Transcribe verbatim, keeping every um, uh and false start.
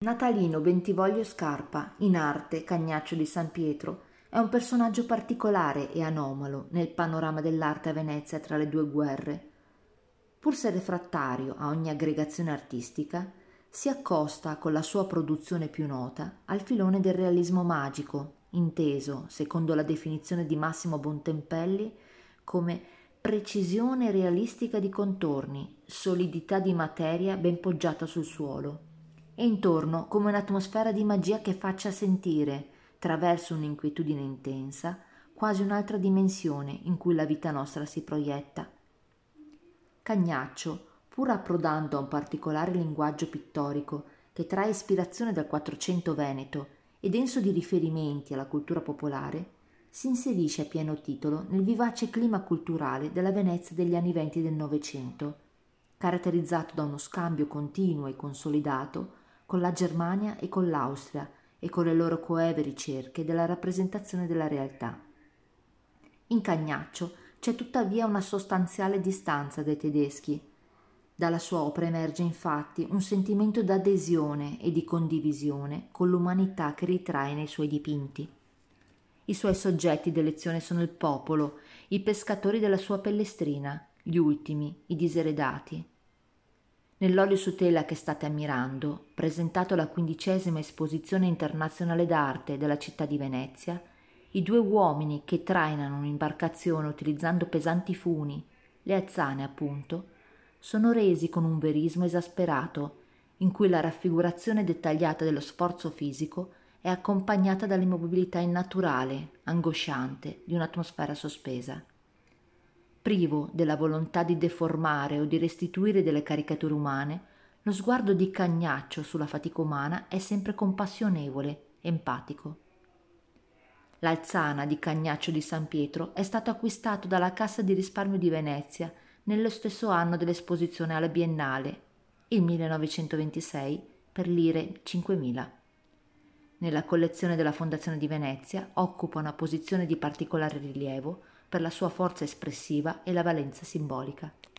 Natalino Bentivoglio Scarpa, in arte Cagnaccio di San Pietro, è un personaggio particolare e anomalo nel panorama dell'arte a Venezia tra le due guerre. Pur se refrattario a ogni aggregazione artistica, si accosta con la sua produzione più nota al filone del realismo magico, inteso, secondo la definizione di Massimo Bontempelli, come precisione realistica di contorni, solidità di materia ben poggiata sul suolo, e intorno come un'atmosfera di magia che faccia sentire, attraverso un'inquietudine intensa, quasi un'altra dimensione in cui la vita nostra si proietta. Cagnaccio, pur approdando a un particolare linguaggio pittorico che trae ispirazione dal Quattrocento veneto e denso di riferimenti alla cultura popolare, si inserisce a pieno titolo nel vivace clima culturale della Venezia degli anni venti del Novecento, caratterizzato da uno scambio continuo e consolidato con la Germania e con l'Austria e con le loro coeve ricerche della rappresentazione della realtà. In Cagnaccio c'è tuttavia una sostanziale distanza dai tedeschi. Dalla sua opera emerge infatti un sentimento d'adesione e di condivisione con l'umanità che ritrae nei suoi dipinti. I suoi soggetti d'elezione sono il popolo, i pescatori della sua pellestrina, gli ultimi, i diseredati. Nell'olio su tela che state ammirando, presentato alla quindicesima esposizione internazionale d'arte della città di Venezia, i due uomini che trainano un'imbarcazione utilizzando pesanti funi, le alzane appunto, sono resi con un verismo esasperato, in cui la raffigurazione dettagliata dello sforzo fisico è accompagnata dall'immobilità innaturale, angosciante, di un'atmosfera sospesa. Privo della volontà di deformare o di restituire delle caricature umane, lo sguardo di Cagnaccio sulla fatica umana è sempre compassionevole, empatico. L'Alzana di Cagnaccio di San Pietro è stato acquistato dalla Cassa di risparmio di Venezia nello stesso anno dell'esposizione alla Biennale, il millenovecentoventisei, per lire cinquemila. Nella collezione della Fondazione di Venezia occupa una posizione di particolare rilievo per la sua forza espressiva e la valenza simbolica.